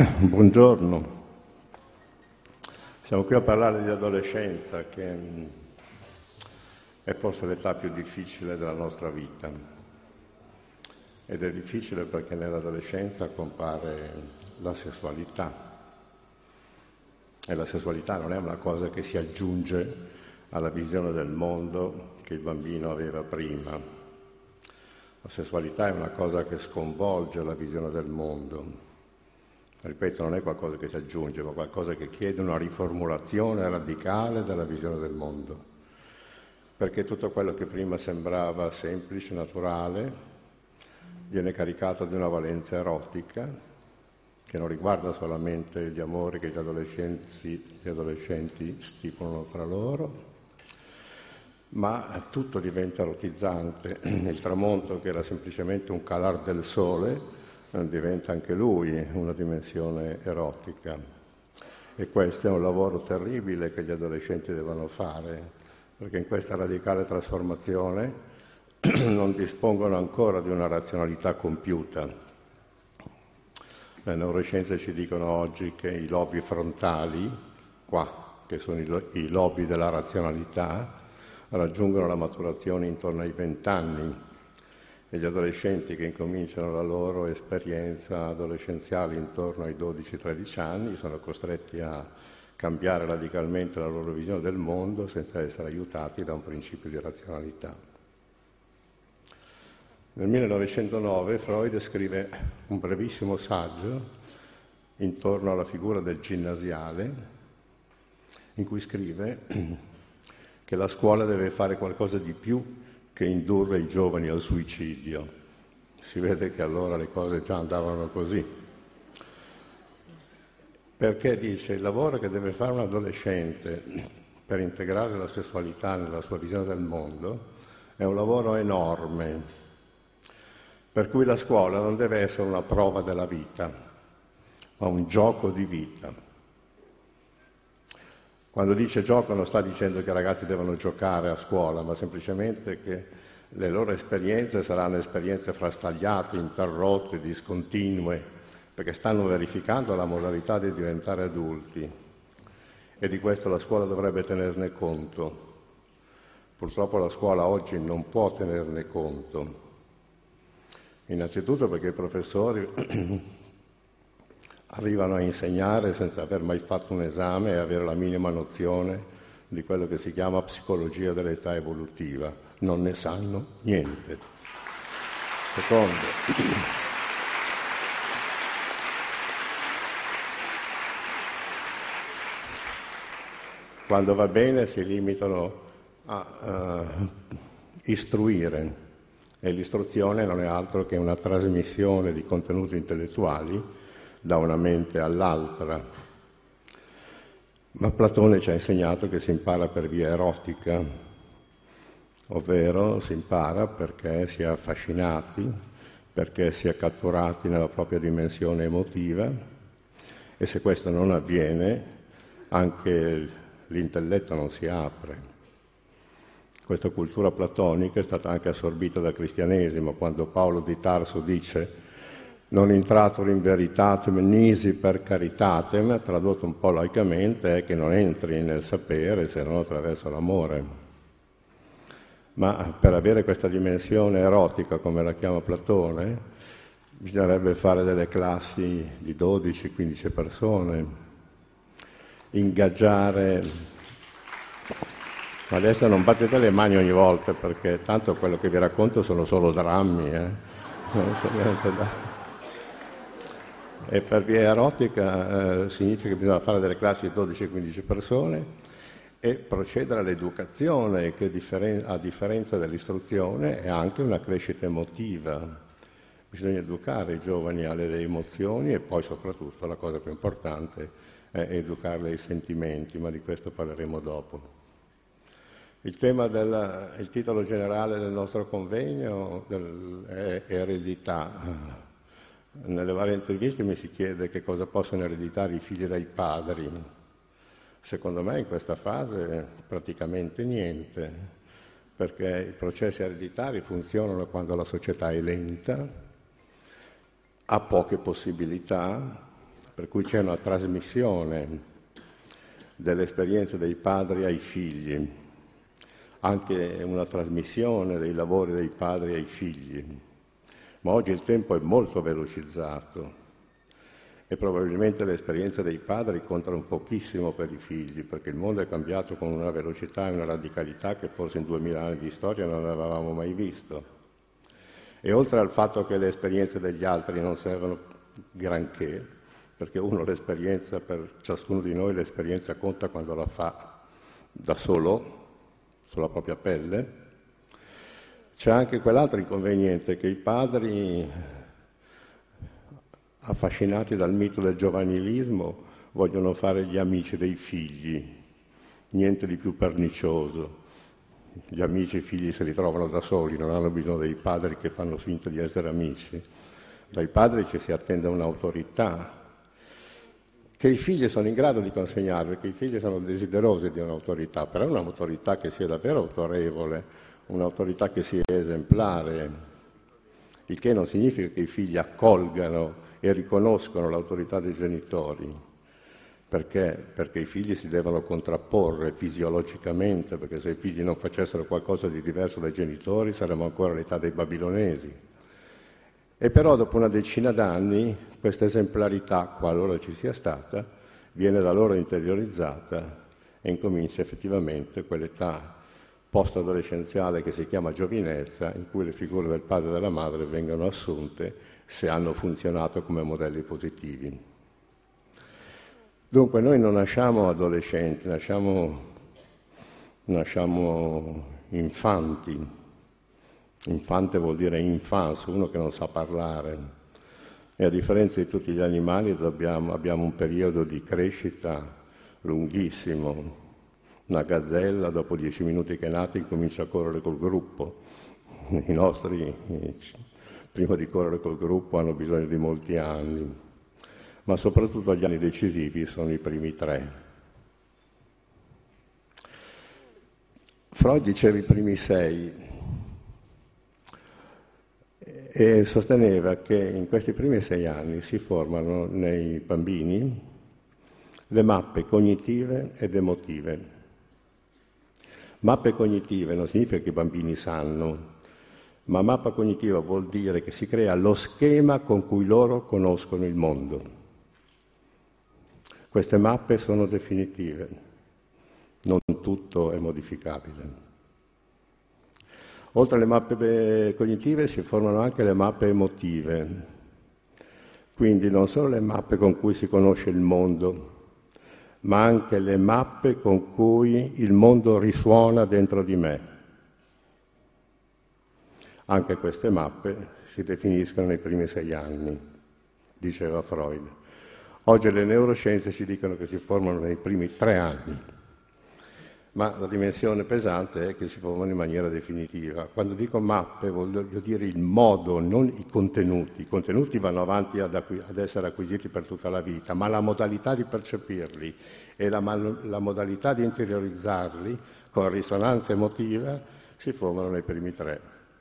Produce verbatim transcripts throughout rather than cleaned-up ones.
Buongiorno. Siamo qui a parlare di adolescenza, che è forse l'età più difficile della nostra vita. Ed è difficile perché nell'adolescenza compare la sessualità. E la sessualità non è una cosa che si aggiunge alla visione del mondo che il bambino aveva prima. La sessualità è una cosa che sconvolge la visione del mondo. Ripeto, non è qualcosa che si aggiunge, ma qualcosa che chiede una riformulazione radicale della visione del mondo. Perché tutto quello che prima sembrava semplice, naturale, viene caricato di una valenza erotica che non riguarda solamente gli amori che gli adolescenti, gli adolescenti stipulano tra loro, ma tutto diventa erotizzante. Il tramonto, che era semplicemente un calar del sole, diventa anche lui una dimensione erotica. E questo è un lavoro terribile che gli adolescenti devono fare, perché in questa radicale trasformazione non dispongono ancora di una razionalità compiuta. Le neuroscienze ci dicono oggi che i lobi frontali, qua, che sono i, i lobi della razionalità, raggiungono la maturazione intorno ai vent'anni. E gli adolescenti che incominciano la loro esperienza adolescenziale intorno ai dodici tredici anni sono costretti a cambiare radicalmente la loro visione del mondo senza essere aiutati da un principio di razionalità. Nel millenovecentonove Freud scrive un brevissimo saggio intorno alla figura del ginnasiale, in cui scrive che la scuola deve fare qualcosa di più che indurre i giovani al suicidio. Si vede che allora le cose già andavano così. Perché dice, il lavoro che deve fare un adolescente per integrare la sessualità nella sua visione del mondo è un lavoro enorme, per cui la scuola non deve essere una prova della vita, ma un gioco di vita. Quando dice gioco non sta dicendo che i ragazzi devono giocare a scuola, ma semplicemente che le loro esperienze saranno esperienze frastagliate, interrotte, discontinue, perché stanno verificando la modalità di diventare adulti. E di questo la scuola dovrebbe tenerne conto. Purtroppo la scuola oggi non può tenerne conto. Innanzitutto perché i professori arrivano a insegnare senza aver mai fatto un esame e avere la minima nozione di quello che si chiama psicologia dell'età evolutiva. Non ne sanno niente. Secondo, quando va bene si limitano a uh, istruire, e l'istruzione non è altro che una trasmissione di contenuti intellettuali da una mente all'altra. Ma Platone ci ha insegnato che si impara per via erotica, ovvero si impara perché si è affascinati, perché si è catturati nella propria dimensione emotiva, e se questo non avviene anche l'intelletto non si apre. Questa cultura platonica è stata anche assorbita dal cristianesimo, quando Paolo di Tarso dice non intratur in veritatem nisi per caritatem, tradotto un po' laicamente, è che non entri nel sapere se non attraverso l'amore. Ma per avere questa dimensione erotica, come la chiama Platone, bisognerebbe fare delle classi di dodici quindici persone, ingaggiare... Ma adesso non battete le mani ogni volta, perché tanto quello che vi racconto sono solo drammi, eh? Non so niente da... E per via erotica eh, significa che bisogna fare delle classi di dodici quindici persone e procedere all'educazione, che differen- a differenza dell'istruzione è anche una crescita emotiva. Bisogna educare i giovani alle emozioni e poi soprattutto la cosa più importante è educarli ai sentimenti, ma di questo parleremo dopo. Il tema del il titolo generale del nostro convegno del, è eredità. Nelle varie interviste mi si chiede che cosa possono ereditare i figli dai padri. Secondo me in questa fase praticamente niente, perché i processi ereditari funzionano quando la società è lenta, ha poche possibilità, per cui c'è una trasmissione delle esperienze dei padri ai figli, anche una trasmissione dei lavori dei padri ai figli. Ma oggi il tempo è molto velocizzato e probabilmente le esperienze dei padri contano pochissimo per i figli, perché il mondo è cambiato con una velocità e una radicalità che forse in duemila anni di storia non avevamo mai visto. E oltre al fatto che le esperienze degli altri non servono granché, perché uno l'esperienza, per ciascuno di noi l'esperienza conta quando la fa da solo, sulla propria pelle, c'è anche quell'altro inconveniente che i padri, affascinati dal mito del giovanilismo, vogliono fare gli amici dei figli, niente di più pernicioso. Gli amici e i figli se li trovano da soli, non hanno bisogno dei padri che fanno finta di essere amici. Dai padri ci si attende un'autorità che i figli sono in grado di consegnare, perché i figli sono desiderosi di un'autorità, però un'autorità che sia davvero autorevole, un'autorità che sia esemplare, il che non significa che i figli accolgano e riconoscono l'autorità dei genitori. Perché? Perché i figli si devono contrapporre fisiologicamente, perché se i figli non facessero qualcosa di diverso dai genitori saremmo ancora all'età dei babilonesi. E però dopo una decina d'anni questa esemplarità, qualora ci sia stata, viene da loro interiorizzata e incomincia effettivamente quell'età post-adolescenziale che si chiama giovinezza, in cui le figure del padre e della madre vengono assunte se hanno funzionato come modelli positivi. Dunque noi non nasciamo adolescenti, nasciamo, nasciamo infanti. Infante vuol dire infans, uno che non sa parlare. E a differenza di tutti gli animali dobbiamo, abbiamo un periodo di crescita lunghissimo. Una gazzella dopo dieci minuti che è nata incomincia a correre col gruppo. I nostri, prima di correre col gruppo, hanno bisogno di molti anni. Ma soprattutto gli anni decisivi sono i primi tre. Freud diceva i primi sei. E sosteneva che in questi primi sei anni si formano nei bambini le mappe cognitive ed emotive. Mappe cognitive non significa che i bambini sanno, ma mappa cognitiva vuol dire che si crea lo schema con cui loro conoscono il mondo. Queste mappe sono definitive, non tutto è modificabile. Oltre alle mappe cognitive si formano anche le mappe emotive, quindi non solo le mappe con cui si conosce il mondo, ma anche le mappe con cui il mondo risuona dentro di me. Anche queste mappe si definiscono nei primi sei anni, diceva Freud. Oggi le neuroscienze ci dicono che si formano nei primi tre anni. Ma la dimensione pesante è che si formano in maniera definitiva. Quando dico mappe voglio dire il modo, non i contenuti. I contenuti vanno avanti ad, acqu- ad essere acquisiti per tutta la vita, ma la modalità di percepirli e la, la modalità di interiorizzarli con risonanza emotiva si formano nei primi tre.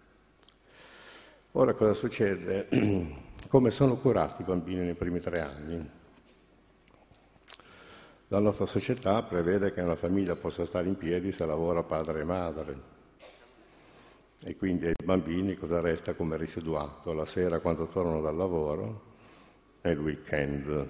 Ora cosa succede? Come sono curati i bambini nei primi tre anni? La nostra società prevede che una famiglia possa stare in piedi se lavora padre e madre. E quindi ai bambini cosa resta come residuato? La sera quando tornano dal lavoro e il weekend.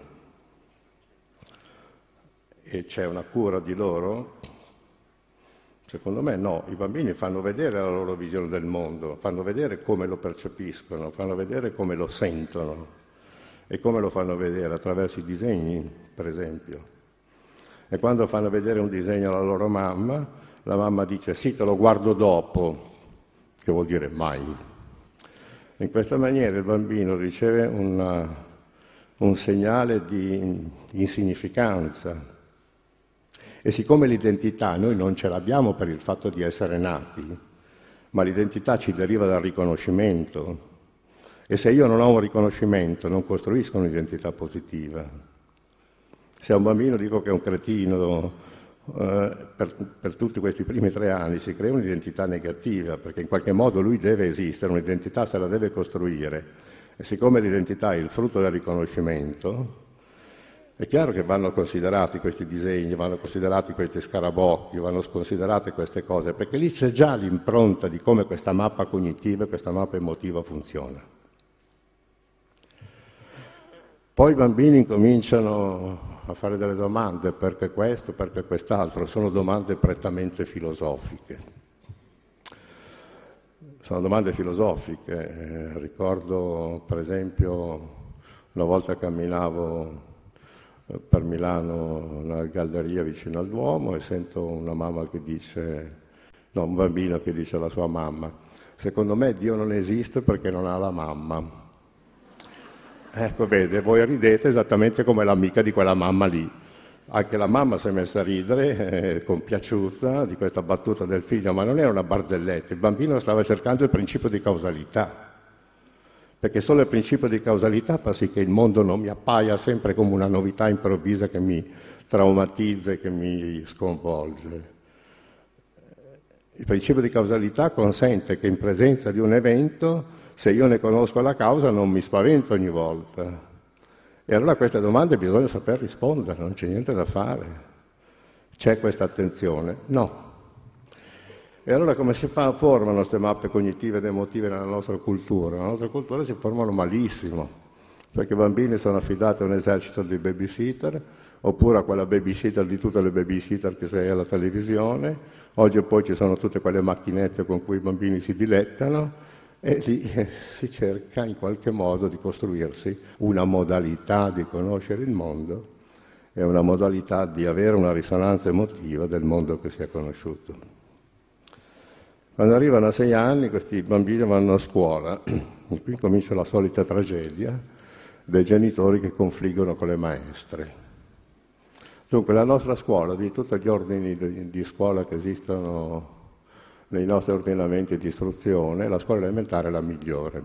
E c'è una cura di loro? Secondo me no. I bambini fanno vedere la loro visione del mondo, fanno vedere come lo percepiscono, fanno vedere come lo sentono. E come lo fanno vedere? Attraverso i disegni, per esempio. E quando fanno vedere un disegno alla loro mamma, la mamma dice sì, te lo guardo dopo, che vuol dire mai. In questa maniera il bambino riceve una, un segnale di insignificanza. E siccome l'identità noi non ce l'abbiamo per il fatto di essere nati, ma l'identità ci deriva dal riconoscimento. E se io non ho un riconoscimento, non costruisco un'identità positiva. Se a un bambino dico che è un cretino, eh, per, per tutti questi primi tre anni si crea un'identità negativa, perché in qualche modo lui deve esistere, un'identità se la deve costruire. E siccome l'identità è il frutto del riconoscimento, È chiaro che vanno considerati questi disegni, vanno considerati questi scarabocchi, vanno considerate queste cose, perché lì c'è già l'impronta di come questa mappa cognitiva e questa mappa emotiva funziona. Poi i bambini cominciano a fare delle domande, perché questo, perché quest'altro, sono domande prettamente filosofiche. Sono domande filosofiche. Eh, ricordo, per esempio, una volta camminavo per Milano, una galleria vicino al Duomo, e sento una mamma che dice, no, un bambino che dice alla sua mamma: secondo me Dio non esiste perché non ha la mamma. Ecco, vede, voi ridete esattamente come l'amica di quella mamma lì. Anche la mamma si è messa a ridere, eh, compiaciuta di questa battuta del figlio, ma non era una barzelletta, il bambino stava cercando il principio di causalità. Perché solo il principio di causalità fa sì che il mondo non mi appaia sempre come una novità improvvisa che mi traumatizza e che mi sconvolge. Il principio di causalità consente che in presenza di un evento, se io ne conosco la causa, non mi spavento ogni volta. E allora a queste domande bisogna saper rispondere, non c'è niente da fare. C'è questa attenzione? No. E allora come si fa, formano queste mappe cognitive ed emotive nella nostra cultura? Nella nostra cultura si formano malissimo, perché i bambini sono affidati a un esercito di babysitter, oppure a quella babysitter di tutte le babysitter che sei alla televisione. Oggi e poi ci sono tutte quelle macchinette con cui i bambini si dilettano, e lì eh, si cerca in qualche modo di costruirsi una modalità di conoscere il mondo e una modalità di avere una risonanza emotiva del mondo che si è conosciuto. Quando arrivano a sei anni questi bambini vanno a scuola e qui comincia la solita tragedia dei genitori che confliggono con le maestre. Dunque la nostra scuola, di tutti gli ordini di, di scuola che esistono nei nostri ordinamenti di istruzione, la scuola elementare è la migliore.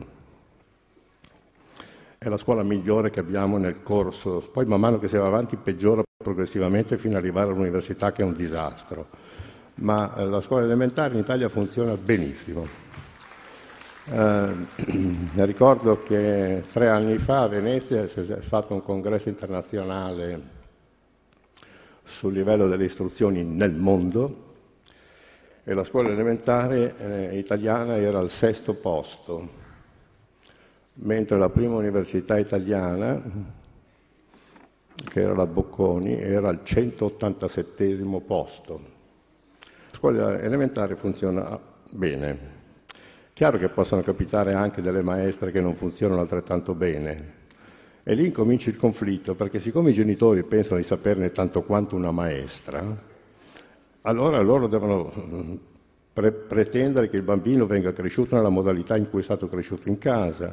È la scuola migliore che abbiamo nel corso, poi man mano che si va avanti peggiora progressivamente fino ad arrivare all'università, che è un disastro. Ma eh, la scuola elementare in Italia funziona benissimo. Eh, ricordo che tre anni fa a Venezia si è fatto un congresso internazionale sul livello delle istruzioni nel mondo e la scuola elementare eh, italiana era al sesto posto, mentre la prima università italiana, che era la Bocconi, era al centottantasettesimo posto. La scuola elementare funziona bene. Chiaro che possono capitare anche delle maestre che non funzionano altrettanto bene. E lì incomincia il conflitto, perché siccome i genitori pensano di saperne tanto quanto una maestra, allora loro devono pre- pretendere che il bambino venga cresciuto nella modalità in cui è stato cresciuto in casa.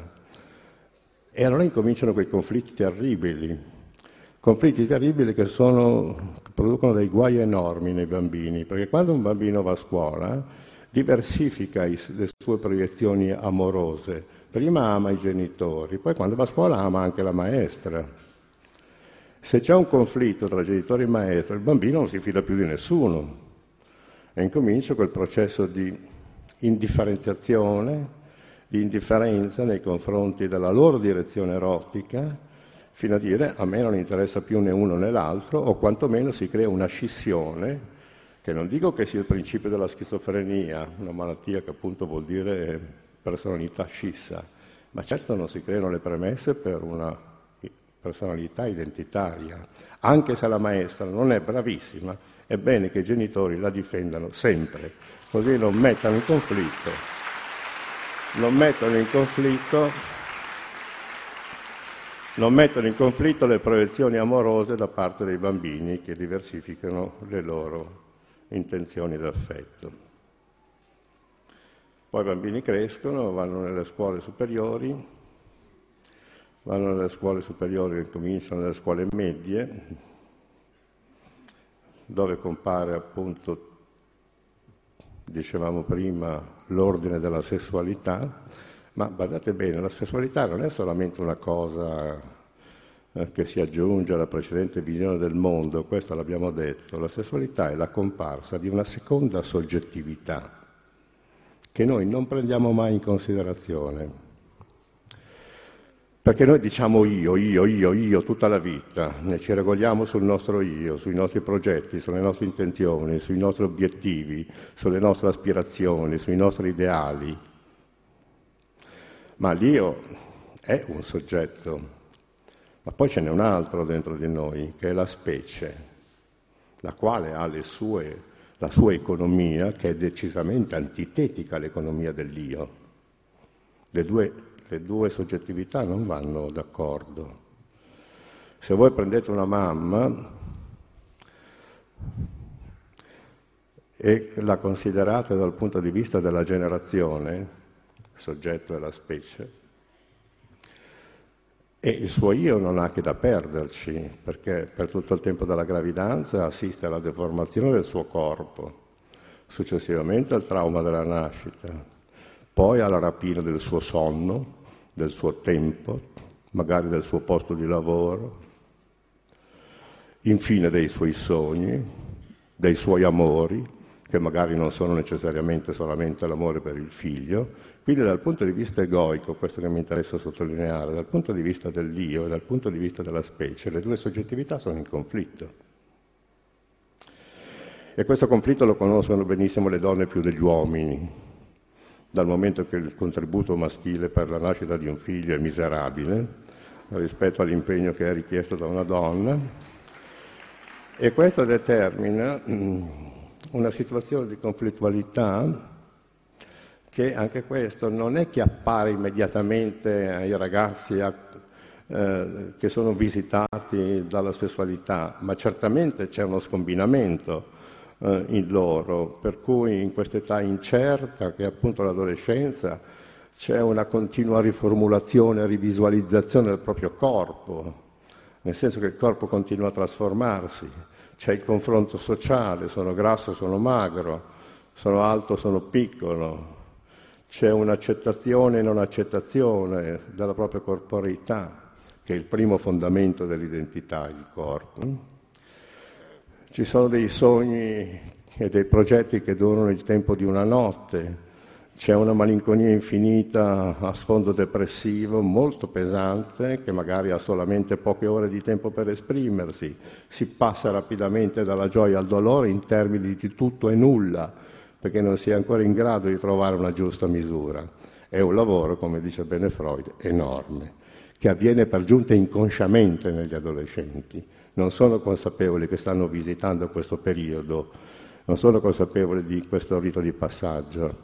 E allora incominciano quei conflitti terribili. Conflitti terribili che, sono, che producono dei guai enormi nei bambini, perché quando un bambino va a scuola diversifica i, le sue proiezioni amorose. Prima ama i genitori, poi quando va a scuola ama anche la maestra. Se c'è un conflitto tra genitori e maestra, il bambino non si fida più di nessuno e incomincia quel processo di indifferenziazione, di indifferenza nei confronti della loro direzione erotica, fino a dire a me non interessa più né uno né l'altro, o quantomeno si crea una scissione, che non dico che sia il principio della schizofrenia, una malattia che appunto vuol dire personalità scissa, ma certo non si creano le premesse per una personalità identitaria. Anche se la maestra non è bravissima, è bene che i genitori la difendano sempre, così non mettano in conflitto, non mettono in conflitto non mettono in conflitto le proiezioni amorose da parte dei bambini che diversificano le loro intenzioni d'affetto. Poi i bambini crescono, vanno nelle scuole superiori, vanno nelle scuole superiori e cominciano nelle scuole medie, dove compare appunto, dicevamo prima, l'ordine della sessualità. Ma guardate bene, la sessualità non è solamente una cosa eh, che si aggiunge alla precedente visione del mondo, questo l'abbiamo detto. La sessualità è la comparsa di una seconda soggettività che noi non prendiamo mai in considerazione. Perché noi diciamo io, io, io, io tutta la vita, ne ci regoliamo sul nostro io, sui nostri progetti, sulle nostre intenzioni, sui nostri obiettivi, sulle nostre aspirazioni, sui nostri ideali. Ma l'io è un soggetto, ma poi ce n'è un altro dentro di noi, che è la specie, la quale ha le sue, la sua economia, che è decisamente antitetica all'economia dell'io. Le due Le due soggettività non vanno d'accordo. Se voi prendete una mamma e la considerate dal punto di vista della generazione, il soggetto è la specie, e il suo io non ha che da perderci, perché per tutto il tempo della gravidanza assiste alla deformazione del suo corpo, successivamente al trauma della nascita, poi alla rapina del suo sonno, del suo tempo, magari del suo posto di lavoro, infine dei suoi sogni, dei suoi amori, che magari non sono necessariamente solamente l'amore per il figlio. Quindi dal punto di vista egoico, questo che mi interessa sottolineare, dal punto di vista dell'io e dal punto di vista della specie, le due soggettività sono in conflitto. E questo conflitto lo conoscono benissimo le donne più degli uomini, dal momento che il contributo maschile per la nascita di un figlio è miserabile rispetto all'impegno che è richiesto da una donna, e questo determina una situazione di conflittualità che anche questo non è che appare immediatamente ai ragazzi a, eh, che sono visitati dalla sessualità, ma certamente c'è uno scombinamento in loro, per cui in quest'età incerta, che è appunto l'adolescenza, c'è una continua riformulazione, rivisualizzazione del proprio corpo, nel senso che il corpo continua a trasformarsi, c'è il confronto sociale, sono grasso, sono magro, sono alto, sono piccolo, c'è un'accettazione e non accettazione della propria corporeità, che è il primo fondamento dell'identità, il corpo. Ci sono dei sogni e dei progetti che durano il tempo di una notte, c'è una malinconia infinita a sfondo depressivo, molto pesante, che magari ha solamente poche ore di tempo per esprimersi, si passa rapidamente dalla gioia al dolore in termini di tutto e nulla, perché non si è ancora in grado di trovare una giusta misura. È un lavoro, come dice bene Freud, enorme, che avviene per giunta inconsciamente negli adolescenti. Non sono consapevoli che stanno visitando questo periodo, non sono consapevoli di questo rito di passaggio.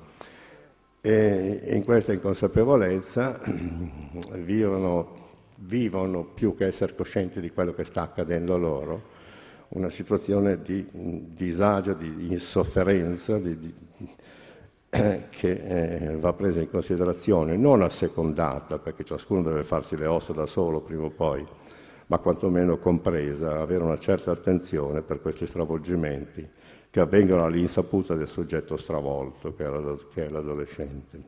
E in questa inconsapevolezza vivono, vivono, più che essere coscienti di quello che sta accadendo loro, una situazione di disagio, di insofferenza, di, di, eh, che eh, va presa in considerazione, non assecondata, perché ciascuno deve farsi le ossa da solo prima o poi, ma quantomeno compresa, avere una certa attenzione per questi stravolgimenti che avvengono all'insaputa del soggetto stravolto, che è l'adolescente.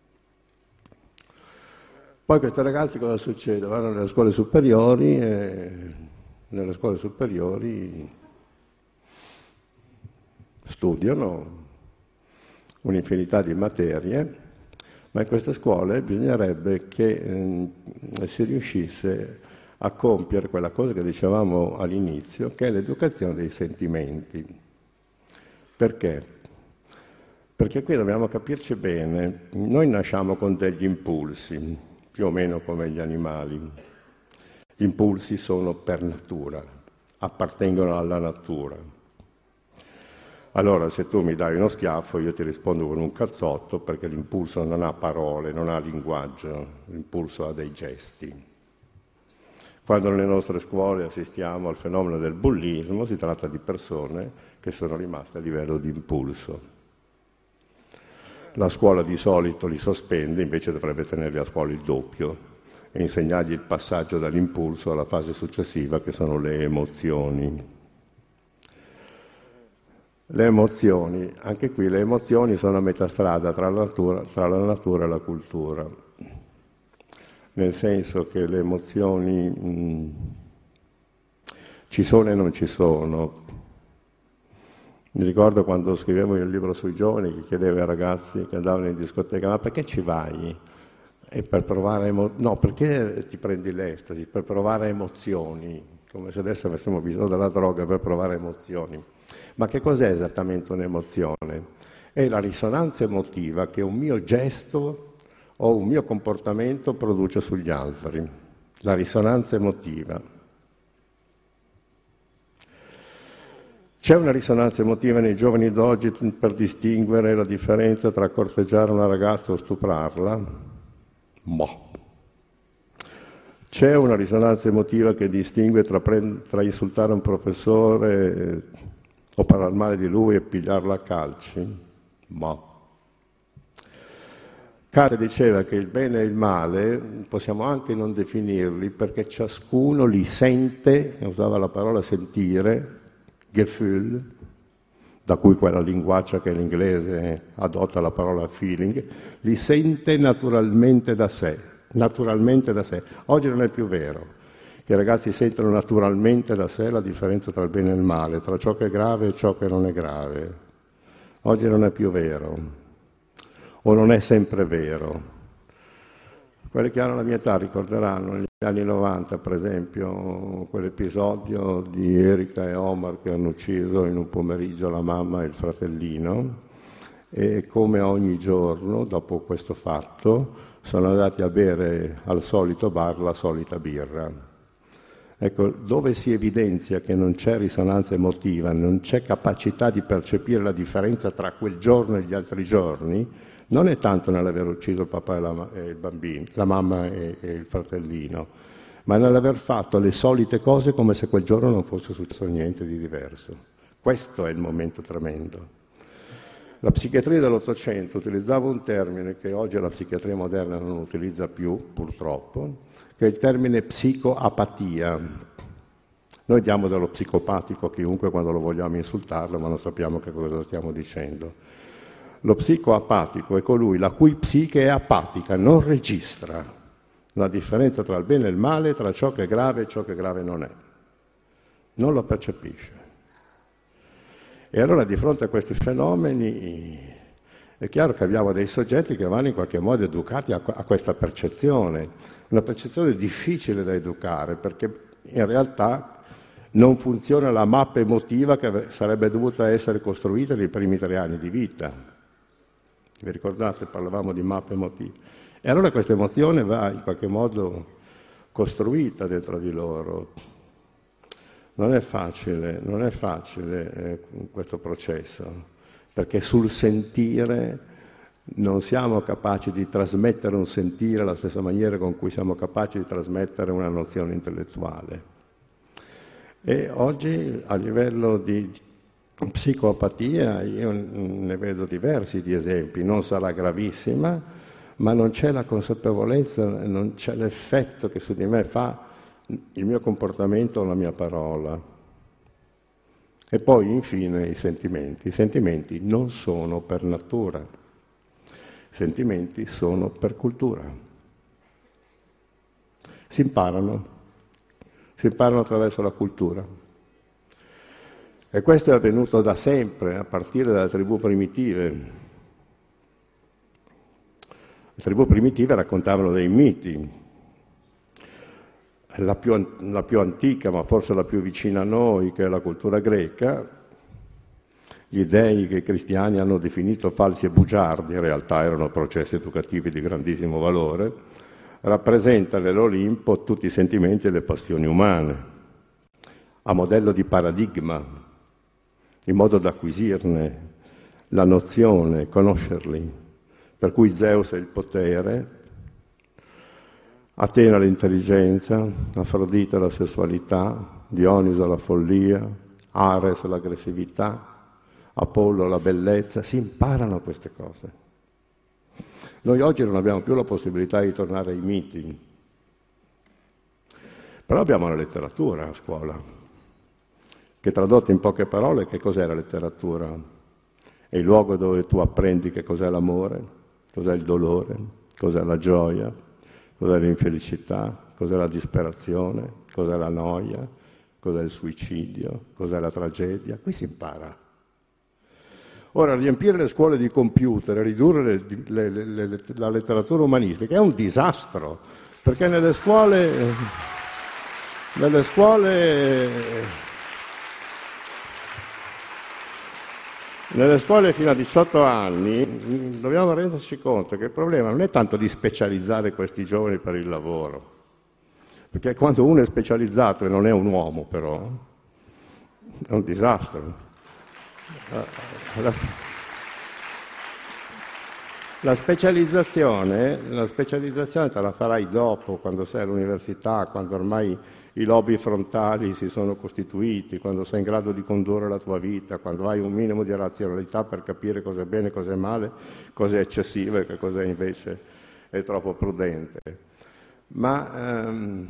Poi questi ragazzi cosa succede? Vanno nelle scuole superiori e nelle scuole superiori studiano un'infinità di materie, ma in queste scuole bisognerebbe che eh, si riuscisse a compiere quella cosa che dicevamo all'inizio, che è l'educazione dei sentimenti. Perché? Perché qui dobbiamo capirci bene. Noi nasciamo con degli impulsi, più o meno come gli animali. Gli impulsi sono per natura, appartengono alla natura. Allora, se tu mi dai uno schiaffo, io ti rispondo con un cazzotto, perché l'impulso non ha parole, non ha linguaggio, l'impulso ha dei gesti. Quando nelle nostre scuole assistiamo al fenomeno del bullismo, si tratta di persone che sono rimaste a livello di impulso. La scuola di solito li sospende, invece dovrebbe tenerli a scuola il doppio e insegnargli il passaggio dall'impulso alla fase successiva, che sono le emozioni. Le emozioni, anche qui le emozioni sono a metà strada tra la natura, tra la natura e la cultura. Nel senso che le emozioni mh, ci sono e non ci sono. Mi ricordo quando scrivevo il libro sui giovani che chiedevo ai ragazzi che andavano in discoteca: ma perché ci vai? E per provare emo- no, perché ti prendi l'estasi? Per provare emozioni, come se adesso avessimo bisogno della droga per provare emozioni. Ma che cos'è esattamente un'emozione? È la risonanza emotiva che un mio gesto o un mio comportamento produce sugli altri. La risonanza emotiva. C'è una risonanza emotiva nei giovani d'oggi per distinguere la differenza tra corteggiare una ragazza o stuprarla? Boh. C'è una risonanza emotiva che distingue tra, prend- tra insultare un professore eh, o parlare male di lui e pigliarlo a calci? Boh. Kant diceva che il bene e il male possiamo anche non definirli perché ciascuno li sente, usava la parola sentire, Gefühl, da cui quella linguaccia che l'inglese adotta la parola feeling, li sente naturalmente da sé, naturalmente da sé. Oggi non è più vero che i ragazzi sentono naturalmente da sé la differenza tra il bene e il male, tra ciò che è grave e ciò che non è grave. Oggi non è più vero, o non è sempre vero. Quelli che hanno la mia età ricorderanno negli anni novanta, per esempio, quell'episodio di Erika e Omar che hanno ucciso in un pomeriggio la mamma e il fratellino, e come ogni giorno, dopo questo fatto, sono andati a bere al solito bar la solita birra. Ecco, dove si evidenzia che non c'è risonanza emotiva, non c'è capacità di percepire la differenza tra quel giorno e gli altri giorni, non è tanto nell'aver ucciso il papà e, la, e il bambino, la mamma e, e il fratellino, ma nell'aver fatto le solite cose come se quel giorno non fosse successo niente di diverso. Questo è il momento tremendo. La psichiatria dell'Ottocento utilizzava un termine che oggi la psichiatria moderna non utilizza più, purtroppo, che è il termine psicoapatia. Noi diamo dello psicopatico a chiunque quando lo vogliamo insultarlo, ma non sappiamo che cosa stiamo dicendo. Lo psicoapatico è colui la cui psiche è apatica, non registra la differenza tra il bene e il male, tra ciò che è grave e ciò che grave non è. Non lo percepisce. E allora di fronte a questi fenomeni è chiaro che abbiamo dei soggetti che vanno in qualche modo educati a, a questa percezione, una percezione difficile da educare perché in realtà non funziona la mappa emotiva che sarebbe dovuta essere costruita nei primi tre anni di vita. Vi ricordate? Parlavamo di mappe emotive. E allora questa emozione va in qualche modo costruita dentro di loro. Non è facile, non è facile eh, questo processo, perché sul sentire non siamo capaci di trasmettere un sentire alla stessa maniera con cui siamo capaci di trasmettere una nozione intellettuale. E oggi a livello di psicopatia io ne vedo diversi di esempi, non sarà gravissima, ma non c'è la consapevolezza, non c'è l'effetto che su di me fa il mio comportamento o la mia parola. E poi infine i sentimenti. I sentimenti non sono per natura, i sentimenti sono per cultura. Si imparano, si imparano attraverso la cultura. E questo è avvenuto da sempre, a partire dalle tribù primitive. Le tribù primitive raccontavano dei miti. La più, la più antica, ma forse la più vicina a noi, che è la cultura greca, gli dei che i cristiani hanno definito falsi e bugiardi, in realtà erano processi educativi di grandissimo valore, rappresenta nell'Olimpo tutti i sentimenti e le passioni umane, a modello di paradigma, in modo da acquisirne la nozione, conoscerli. Per cui Zeus è il potere, Atena l'intelligenza, Afrodite la sessualità, Dioniso la follia, Ares l'aggressività, Apollo la bellezza. Si imparano queste cose. Noi oggi non abbiamo più la possibilità di tornare ai miti, però abbiamo la letteratura a scuola, che tradotta in poche parole che cos'è la letteratura? È il luogo dove tu apprendi che cos'è l'amore, cos'è il dolore, cos'è la gioia, cos'è l'infelicità, cos'è la disperazione, cos'è la noia, cos'è il suicidio, cos'è la tragedia. Qui si impara. Ora, riempire le scuole di computer e ridurre le, le, le, le, la letteratura umanistica è un disastro, perché nelle scuole, nelle scuole, nelle scuole fino a diciotto anni dobbiamo renderci conto che il problema non è tanto di specializzare questi giovani per il lavoro, perché quando uno è specializzato e non è un uomo però, è un disastro. La, la, specializzazione, la specializzazione te la farai dopo, quando sei all'università, quando ormai i lobi frontali si sono costituiti, quando sei in grado di condurre la tua vita, quando hai un minimo di razionalità per capire cosa è bene, cosa è male, cosa è eccessivo e che cosa invece è troppo prudente. Ma ehm,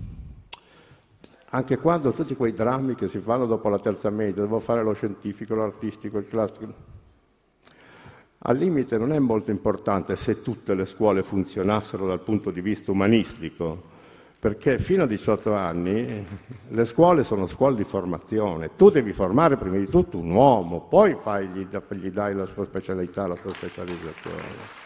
anche quando tutti quei drammi che si fanno dopo la terza media, devo fare lo scientifico, l'artistico, il classico, al limite non è molto importante se tutte le scuole funzionassero dal punto di vista umanistico, perché fino a diciotto anni le scuole sono scuole di formazione, tu devi formare prima di tutto un uomo, poi fai, gli, gli dai la sua specialità, la sua specializzazione.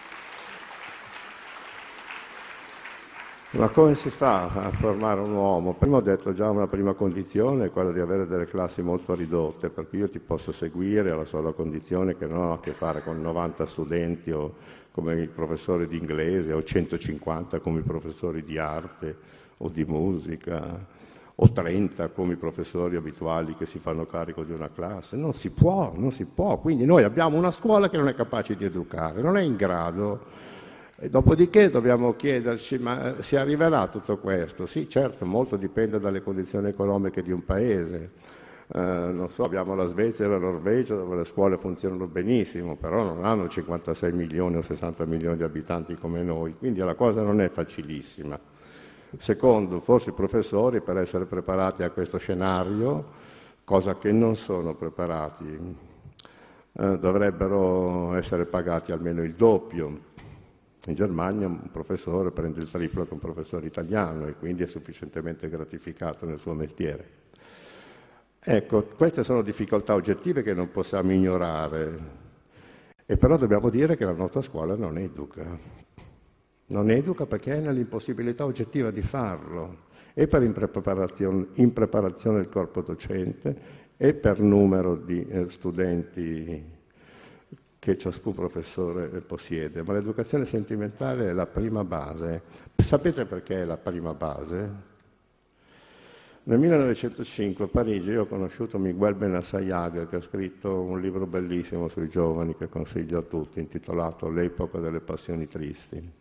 Ma come si fa a formare un uomo? Prima ho detto già una prima condizione è quella di avere delle classi molto ridotte, per cui io ti posso seguire alla sola condizione che non ho a che fare con novanta studenti o come i professori di inglese o centocinquanta come i professori di arte o di musica o trenta come i professori abituali che si fanno carico di una classe. Non si può, non si può. Quindi noi abbiamo una scuola che non è capace di educare, non è in grado. E dopodiché dobbiamo chiederci, ma si arriverà a tutto questo? Sì, certo, molto dipende dalle condizioni economiche di un paese. Eh, non so, abbiamo la Svezia e la Norvegia dove le scuole funzionano benissimo, però non hanno cinquantasei milioni o sessanta milioni di abitanti come noi, quindi la cosa non è facilissima. Secondo, forse i professori per essere preparati a questo scenario, cosa che non sono preparati, eh, dovrebbero essere pagati almeno il doppio. In Germania un professore prende il triplo che un professore italiano e quindi è sufficientemente gratificato nel suo mestiere. Ecco, queste sono difficoltà oggettive che non possiamo ignorare, e però dobbiamo dire che la nostra scuola non educa. Non educa perché è nell'impossibilità oggettiva di farlo, e per impreparazione, impreparazione del corpo docente e per numero di eh, studenti che ciascun professore possiede, ma l'educazione sentimentale è la prima base. Sapete perché è la prima base? Nel millenovecentocinque a Parigi io ho conosciuto Miguel Benassayag, che ha scritto un libro bellissimo sui giovani che consiglio a tutti, intitolato L'epoca delle passioni tristi.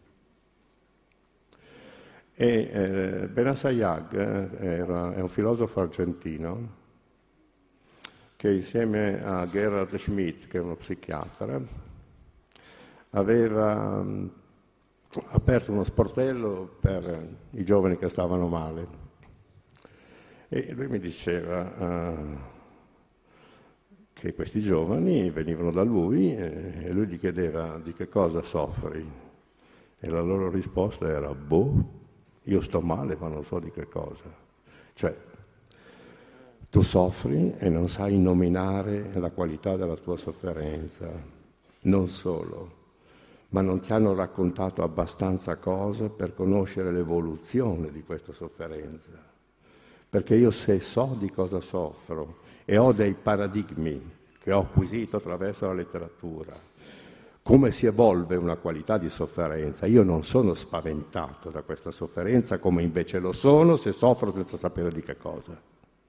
E eh, Benassayag era, è un filosofo argentino che insieme a Gerhard Schmidt, che è uno psichiatra, aveva um, aperto uno sportello per i giovani che stavano male. E lui mi diceva uh, che questi giovani venivano da lui e, e lui gli chiedeva di che cosa soffri. E la loro risposta era, boh, io sto male ma non so di che cosa. Cioè, tu soffri e non sai nominare la qualità della tua sofferenza. Non solo, ma non ti hanno raccontato abbastanza cose per conoscere l'evoluzione di questa sofferenza. Perché io se so di cosa soffro e ho dei paradigmi che ho acquisito attraverso la letteratura, come si evolve una qualità di sofferenza, io non sono spaventato da questa sofferenza come invece lo sono se soffro senza sapere di che cosa.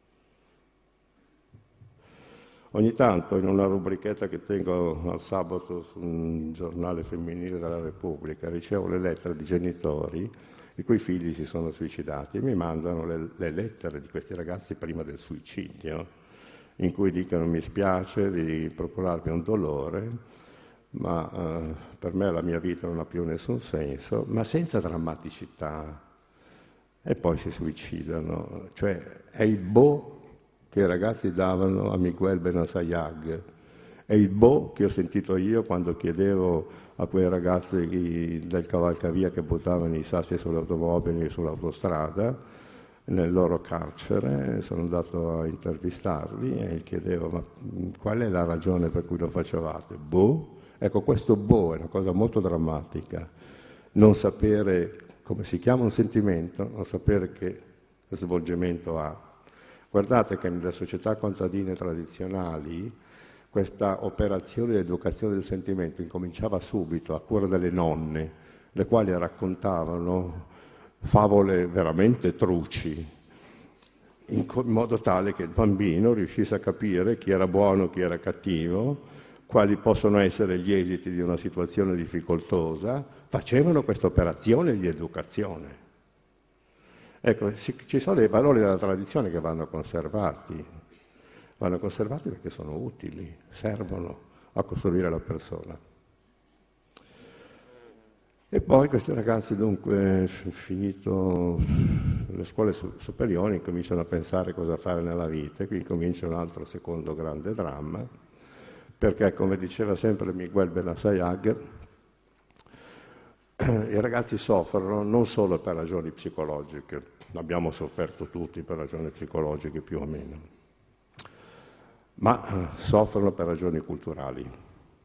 Ogni tanto in una rubrichetta che tengo al sabato su un giornale femminile della Repubblica ricevo le lettere di genitori i cui figli si sono suicidati e mi mandano le, le lettere di questi ragazzi prima del suicidio, in cui dicono mi spiace di procurarvi un dolore, ma eh, per me la mia vita non ha più nessun senso, ma senza drammaticità. E poi si suicidano. Cioè è il boh che i ragazzi davano a Miguel Benassayag, è il boh che ho sentito io quando chiedevo a quei ragazzi del cavalcavia che buttavano i sassi sulle automobili e sull'autostrada, nel loro carcere, sono andato a intervistarli e gli chiedevo: ma qual è la ragione per cui lo facevate? Boh. Ecco, questo boh è una cosa molto drammatica, non sapere come si chiama un sentimento, non sapere che svolgimento ha. Guardate che nelle società contadine tradizionali questa operazione di educazione del sentimento incominciava subito, a cura delle nonne, le quali raccontavano favole veramente truci, in modo tale che il bambino riuscisse a capire chi era buono, chi era cattivo, quali possono essere gli esiti di una situazione difficoltosa. Facevano questa operazione di educazione. Ecco, ci sono dei valori della tradizione che vanno conservati, vanno conservati perché sono utili, servono a costruire la persona. E poi questi ragazzi, dunque, finito le scuole superiori, cominciano a pensare cosa fare nella vita, e qui comincia un altro secondo grande dramma, perché, come diceva sempre Miguel Benassayag, i ragazzi soffrono non solo per ragioni psicologiche, abbiamo sofferto tutti per ragioni psicologiche più o meno, ma soffrono per ragioni culturali.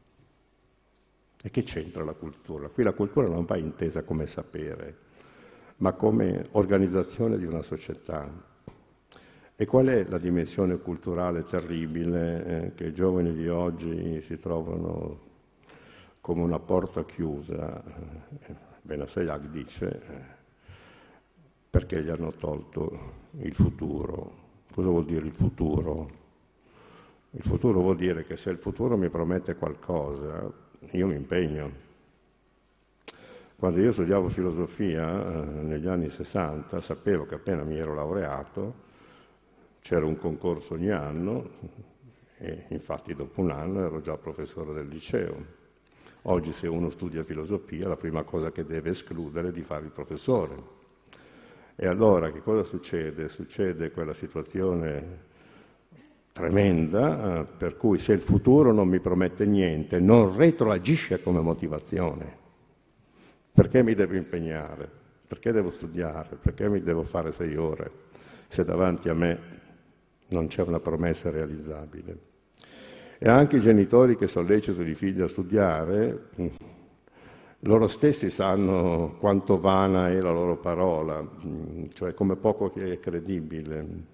E che c'entra la cultura? Qui la cultura non va intesa come sapere, ma come organizzazione di una società. E qual è la dimensione culturale terribile eh, che i giovani di oggi si trovano come una porta chiusa? Benassayag dice eh, perché gli hanno tolto il futuro. Cosa vuol dire il futuro? Il futuro vuol dire che se il futuro mi promette qualcosa, io mi impegno. Quando io studiavo filosofia eh, negli anni sessanta, sapevo che appena mi ero laureato c'era un concorso ogni anno e infatti dopo un anno ero già professore del liceo. Oggi se uno studia filosofia la prima cosa che deve escludere è di fare il professore. E allora che cosa succede? Succede quella situazione tremenda, eh, per cui se il futuro non mi promette niente, non retroagisce come motivazione. Perché mi devo impegnare? Perché devo studiare? Perché mi devo fare sei ore se davanti a me non c'è una promessa realizzabile? E anche i genitori che sollecitano i figli a studiare, loro stessi sanno quanto vana è la loro parola, cioè come poco che è credibile.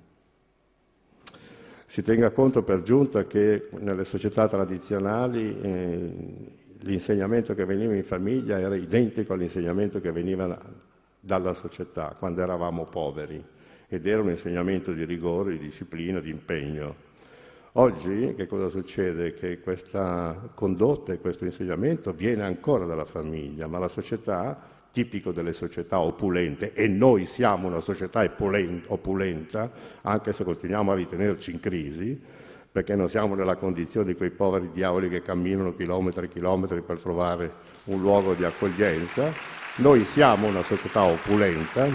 Si tenga conto per giunta che nelle società tradizionali eh, l'insegnamento che veniva in famiglia era identico all'insegnamento che veniva dalla società quando eravamo poveri, ed era un insegnamento di rigore, di disciplina, di impegno. Oggi che cosa succede? Che questa condotta e questo insegnamento viene ancora dalla famiglia, ma la società, tipico delle società opulente, e noi siamo una società opulenta, anche se continuiamo a ritenerci in crisi, perché non siamo nella condizione di quei poveri diavoli che camminano chilometri e chilometri per trovare un luogo di accoglienza. Noi siamo una società opulenta.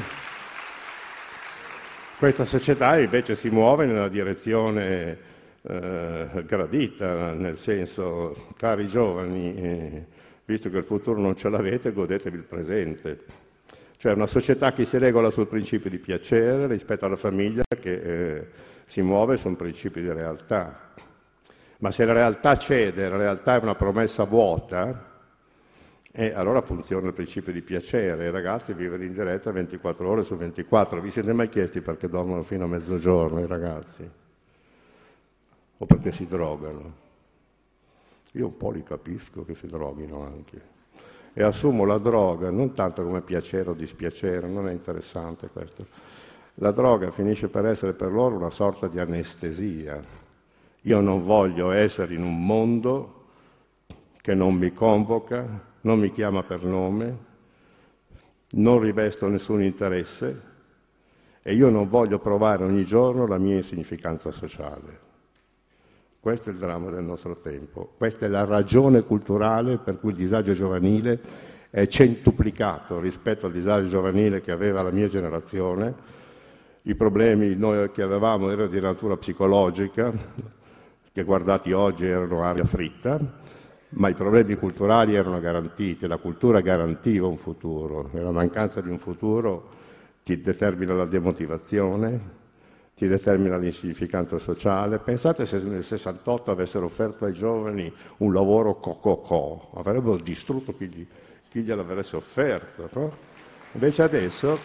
Questa società invece si muove nella direzione eh, gradita, nel senso, cari giovani, eh, visto che il futuro non ce l'avete, godetevi il presente. Cioè una società che si regola sul principio di piacere rispetto alla famiglia che eh, si muove su un principio di realtà. Ma se la realtà cede, la realtà è una promessa vuota, e allora funziona il principio di piacere. I ragazzi vivono in diretta ventiquattro ore su ventiquattro. Vi siete mai chiesti perché dormono fino a mezzogiorno i ragazzi? O perché si drogano? Io un po' li capisco che si droghino anche. E assumo la droga non tanto come piacere o dispiacere, non è interessante questo. La droga finisce per essere per loro una sorta di anestesia. Io non voglio essere in un mondo che non mi convoca, non mi chiama per nome, non rivesto nessun interesse e io non voglio provare ogni giorno la mia insignificanza sociale. Questo è il dramma del nostro tempo, questa è la ragione culturale per cui il disagio giovanile è centuplicato rispetto al disagio giovanile che aveva la mia generazione. I problemi noi che avevamo erano di natura psicologica, che guardati oggi erano aria fritta, ma i problemi culturali erano garantiti, la cultura garantiva un futuro, e la mancanza di un futuro ti determina la demotivazione, ti determina l'insignificanza sociale. Pensate se nel sessantotto avessero offerto ai giovani un lavoro co-co-co, avrebbero distrutto chi, gli, chi gliel'avesse offerto, no? Invece adesso,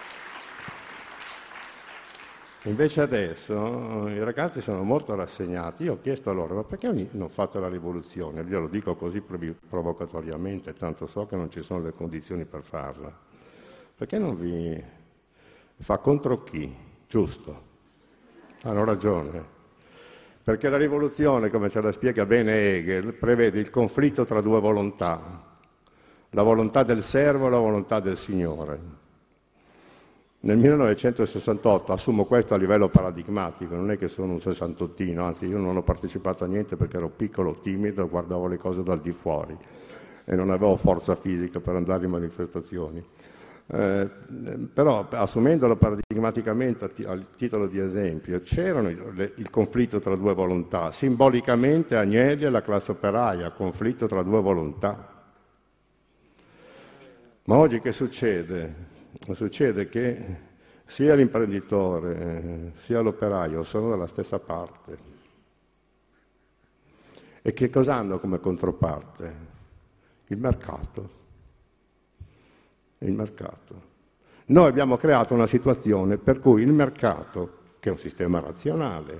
invece adesso i ragazzi sono molto rassegnati. Io ho chiesto a loro, ma perché non fate la rivoluzione? Io lo dico così provocatoriamente, tanto so che non ci sono le condizioni per farla. Perché non vi fa contro chi? Giusto. Hanno ragione, perché la rivoluzione, come ce la spiega bene Hegel, prevede il conflitto tra due volontà, la volontà del servo e la volontà del Signore. Nel millenovecentosessantotto, assumo questo a livello paradigmatico, non è che sono un sessantottino, anzi io non ho partecipato a niente perché ero piccolo, timido, guardavo le cose dal di fuori e non avevo forza fisica per andare in manifestazioni. Eh, però assumendolo paradigmaticamente a, a titolo di esempio, c'erano il, il conflitto tra due volontà, simbolicamente Agnelli e la classe operaia, conflitto tra due volontà. Ma oggi che succede? Succede che sia l'imprenditore eh, sia l'operaio sono dalla stessa parte. E che cosa hanno come controparte? Il mercato. Il mercato. Noi abbiamo creato una situazione per cui il mercato, che è un sistema razionale,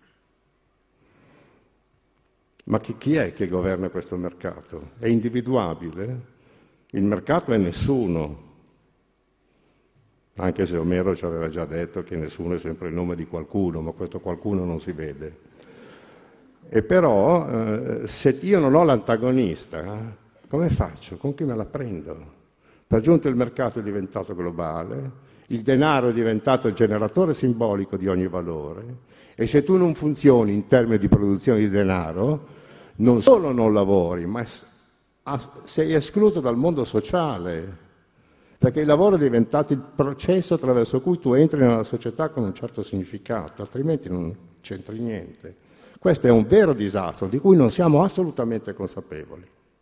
ma chi, chi è che governa questo mercato? È individuabile? Il mercato è nessuno, anche se Omero ci aveva già detto che nessuno è sempre il nome di qualcuno, ma questo qualcuno non si vede. E però, eh, se io non ho l'antagonista, come faccio? Con chi me la prendo? Per giunta il mercato è diventato globale, il denaro è diventato il generatore simbolico di ogni valore e se tu non funzioni in termini di produzione di denaro, non solo non lavori, ma sei escluso dal mondo sociale, perché il lavoro è diventato il processo attraverso cui tu entri nella società con un certo significato, altrimenti non c'entri niente. Questo è un vero disastro di cui non siamo assolutamente consapevoli.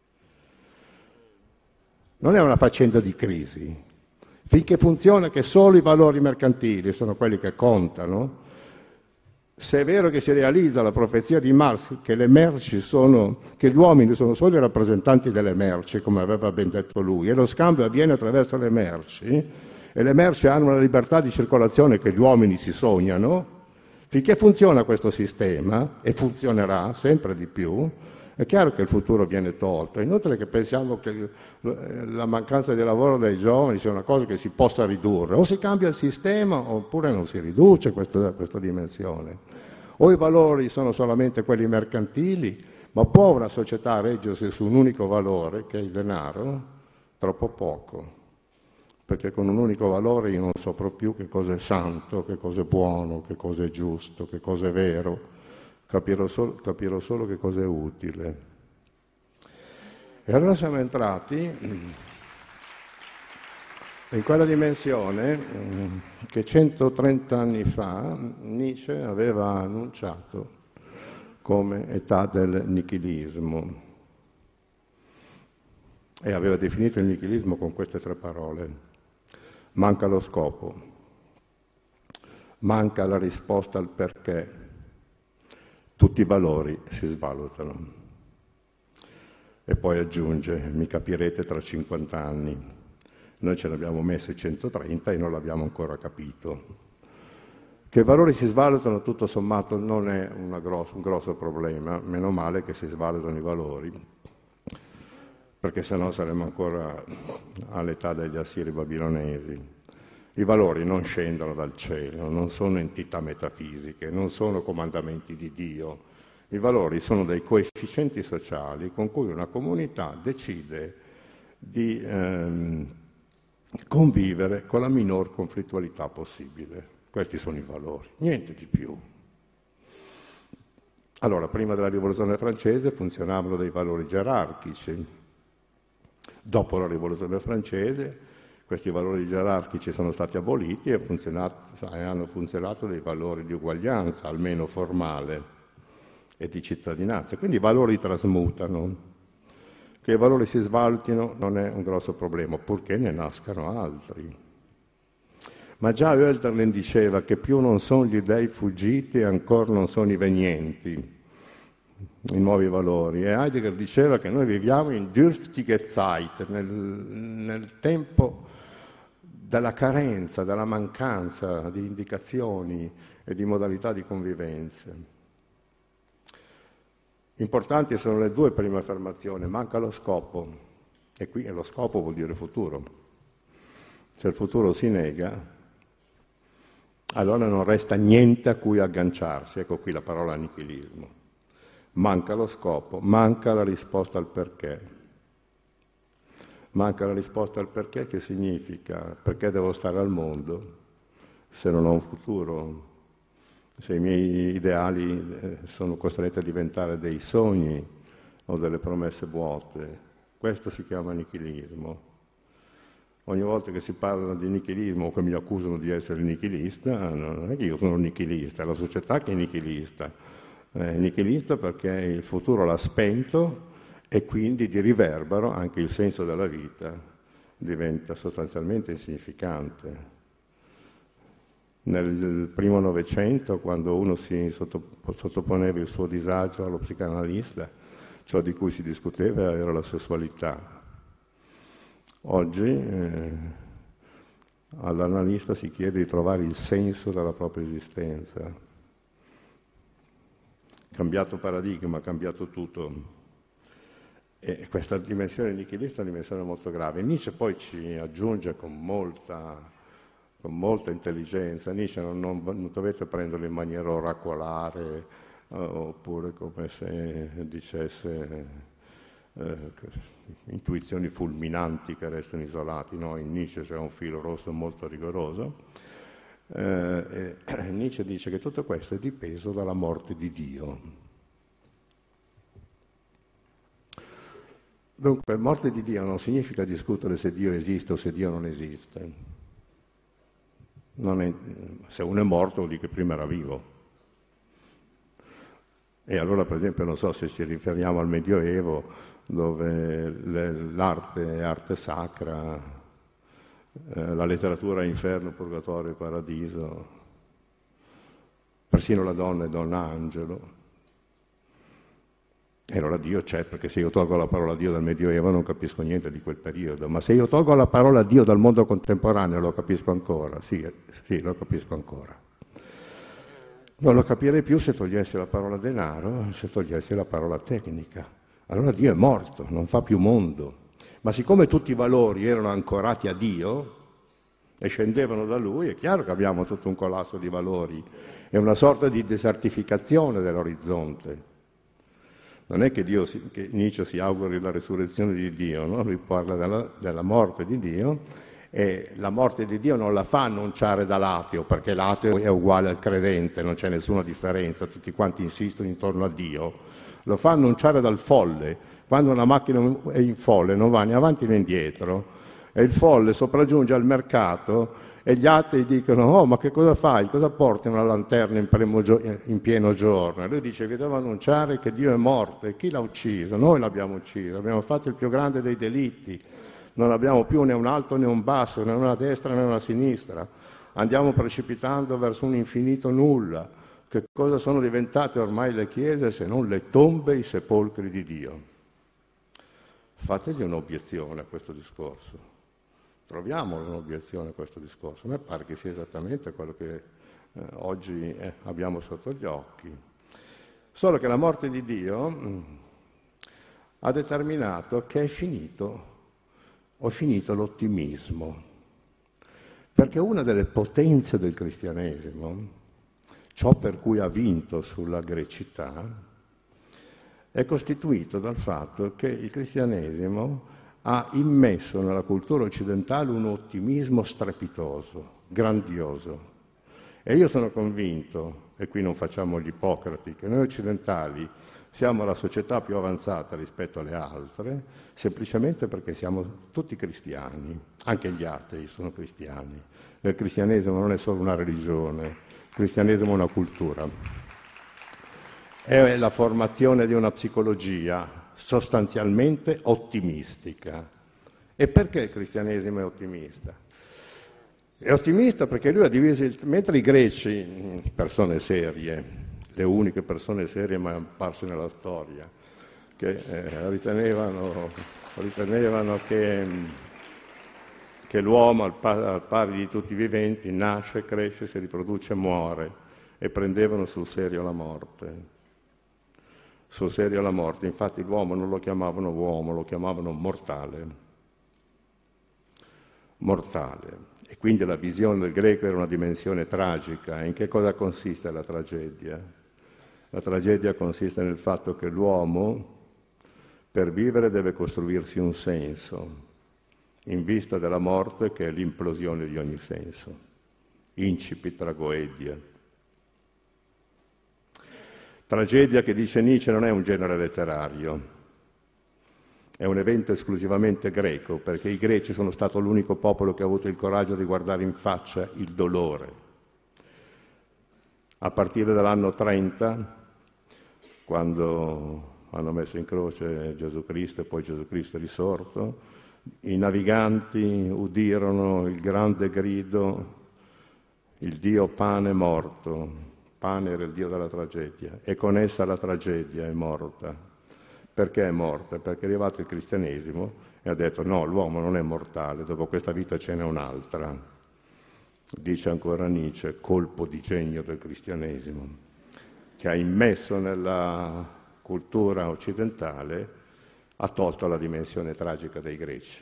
Non è una faccenda di crisi. Finché funziona che solo i valori mercantili sono quelli che contano, se è vero che si realizza la profezia di Marx che le merci sono, che gli uomini sono solo i rappresentanti delle merci, come aveva ben detto lui, e lo scambio avviene attraverso le merci, e le merci hanno una libertà di circolazione che gli uomini si sognano, finché funziona questo sistema, e funzionerà sempre di più, è chiaro che il futuro viene tolto. È inutile che pensiamo che la mancanza di lavoro dei giovani sia una cosa che si possa ridurre. O si cambia il sistema oppure non si riduce questa, questa dimensione. O i valori sono solamente quelli mercantili, ma può una società reggersi su un unico valore, che è il denaro? Troppo poco. Perché con un unico valore io non saprò più che cosa è santo, che cosa è buono, che cosa è giusto, che cosa è vero. Capirò solo, capirò solo che cosa è utile. E allora siamo entrati in quella dimensione che centotrenta anni fa Nietzsche aveva annunciato come età del nichilismo e aveva definito il nichilismo con queste tre parole: manca lo scopo, manca la risposta al perché, tutti i valori si svalutano. E poi aggiunge, mi capirete tra cinquanta anni, noi ce ne abbiamo messe centotrenta e non l'abbiamo ancora capito. Che i valori si svalutano tutto sommato non è una grosso, un grosso problema, meno male che si svalutano i valori, perché sennò saremmo ancora all'età degli assiri babilonesi. I valori non scendono dal cielo, non sono entità metafisiche, non sono comandamenti di Dio. I valori sono dei coefficienti sociali con cui una comunità decide di ehm, convivere con la minor conflittualità possibile. Questi sono i valori, niente di più. Allora, prima della Rivoluzione francese funzionavano dei valori gerarchici. Dopo la Rivoluzione francese questi valori gerarchici sono stati aboliti e hanno funzionato dei valori di uguaglianza, almeno formale, e di cittadinanza. Quindi i valori trasmutano. Che i valori si svalutino non è un grosso problema, purché ne nascano altri. Ma già Hölderlin diceva che più non sono gli dei fuggiti, ancora non sono i venienti, i nuovi valori. E Heidegger diceva che noi viviamo in dürftige Zeit, nel, nel tempo della carenza, della mancanza di indicazioni e di modalità di convivenza. Importanti sono le due prime affermazioni: manca lo scopo, e qui lo scopo vuol dire futuro. Se il futuro si nega, allora non resta niente a cui agganciarsi. Ecco qui la parola nichilismo. Manca lo scopo, manca la risposta al perché. Manca la risposta al perché, che significa perché devo stare al mondo se non ho un futuro, se i miei ideali sono costretti a diventare dei sogni o delle promesse vuote. Questo si chiama nichilismo. Ogni volta che si parla di nichilismo o che mi accusano di essere nichilista, non è che io sono nichilista, è la società che è nichilista. È nichilista perché il futuro l'ha spento e quindi di riverbero anche il senso della vita diventa sostanzialmente insignificante. Nel primo Novecento, quando uno si sottoponeva il suo disagio allo psicanalista, ciò di cui si discuteva era la sessualità. Oggi eh, all'analista si chiede di trovare il senso della propria esistenza. Cambiato paradigma, cambiato tutto. E questa dimensione nichilista è una dimensione molto grave. Nietzsche poi ci aggiunge con molta, con molta intelligenza. Nietzsche non, non, non dovete prenderlo in maniera oracolare, eh, oppure come se dicesse eh, intuizioni fulminanti che restano isolati. No, in Nietzsche c'è un filo rosso molto rigoroso. Eh, e Nietzsche dice che tutto questo è dipeso dalla morte di Dio. Dunque, morte di Dio non significa discutere se Dio esiste o se Dio non esiste. Non è, se uno è morto vuol dire che prima era vivo. E allora, per esempio, non so se ci riferiamo al Medioevo, dove le, l'arte è arte sacra, eh, la letteratura è inferno, purgatorio e paradiso, persino la donna è donna angelo. E allora Dio c'è, perché se io tolgo la parola Dio dal Medioevo non capisco niente di quel periodo, ma se io tolgo la parola Dio dal mondo contemporaneo lo capisco ancora, sì, sì, lo capisco ancora. Non lo capirei più se togliessi la parola denaro, se togliessi la parola tecnica. Allora Dio è morto, non fa più mondo. Ma siccome tutti i valori erano ancorati a Dio e scendevano da Lui, è chiaro che abbiamo tutto un collasso di valori, è una sorta di desertificazione dell'orizzonte. Non è che, Dio si, che Nietzsche si auguri la resurrezione di Dio, no? Lui parla della, della morte di Dio, e la morte di Dio non la fa annunciare dall'ateo, perché l'ateo è uguale al credente, non c'è nessuna differenza, tutti quanti insistono intorno a Dio. Lo fa annunciare dal folle. Quando una macchina è in folle non va né avanti né indietro, e il folle sopraggiunge al mercato e gli atei dicono: oh, ma che cosa fai? Cosa porti una lanterna in, gio- in pieno giorno? E lui dice che devo annunciare che Dio è morto. E chi l'ha ucciso? Noi l'abbiamo ucciso, abbiamo fatto il più grande dei delitti. Non abbiamo più né un alto né un basso, né una destra né una sinistra. Andiamo precipitando verso un infinito nulla. Che cosa sono diventate ormai le chiese se non le tombe e i sepolcri di Dio? Fategli un'obiezione a questo discorso. Troviamo un'obiezione a questo discorso. A me pare che sia esattamente quello che eh, oggi eh, abbiamo sotto gli occhi. Solo che la morte di Dio mh, ha determinato che è finito, ho finito l'ottimismo. Perché una delle potenze del cristianesimo, ciò per cui ha vinto sulla grecità, è costituito dal fatto che il cristianesimo ha immesso nella cultura occidentale un ottimismo strepitoso, grandioso. E io sono convinto, e qui non facciamo gli ipocrati, che noi occidentali siamo la società più avanzata rispetto alle altre, semplicemente perché siamo tutti cristiani, anche gli atei sono cristiani. Il cristianesimo non è solo una religione, il cristianesimo è una cultura. È la formazione di una psicologia sostanzialmente ottimistica. E perché il cristianesimo è ottimista? È ottimista perché lui ha diviso, il, mentre i greci, persone serie, le uniche persone serie mai apparse nella storia, che eh, ritenevano, ritenevano che, che l'uomo, al, pa- al pari di tutti i viventi, nasce, cresce, si riproduce, muore, e prendevano sul serio la morte. Sul serio la morte, infatti l'uomo non lo chiamavano uomo, lo chiamavano mortale. Mortale. E quindi la visione del greco era una dimensione tragica. In che cosa consiste la tragedia? La tragedia consiste nel fatto che l'uomo, per vivere, deve costruirsi un senso, in vista della morte che è l'implosione di ogni senso. Incipit tragoedia. Tragedia, che dice Nietzsche, non è un genere letterario. È un evento esclusivamente greco, perché i greci sono stato l'unico popolo che ha avuto il coraggio di guardare in faccia il dolore. A partire dall'anno trenta, quando hanno messo in croce Gesù Cristo e poi Gesù Cristo è risorto, i naviganti udirono il grande grido, il Dio pane è morto. Pane era il Dio della tragedia, e con essa la tragedia è morta. Perché è morta? Perché è arrivato il cristianesimo e ha detto no, l'uomo non è mortale, dopo questa vita ce n'è un'altra. Dice ancora Nietzsche, colpo di genio del cristianesimo, che ha immesso nella cultura occidentale, ha tolto la dimensione tragica dei greci.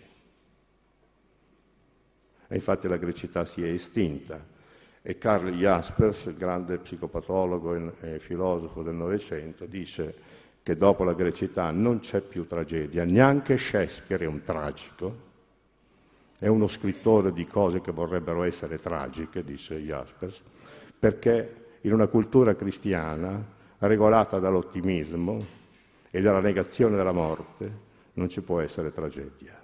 E infatti la grecità si è estinta. E Karl Jaspers, il grande psicopatologo e filosofo del Novecento, dice che dopo la grecità non c'è più tragedia, neanche Shakespeare è un tragico, è uno scrittore di cose che vorrebbero essere tragiche, dice Jaspers, perché in una cultura cristiana regolata dall'ottimismo e dalla negazione della morte non ci può essere tragedia.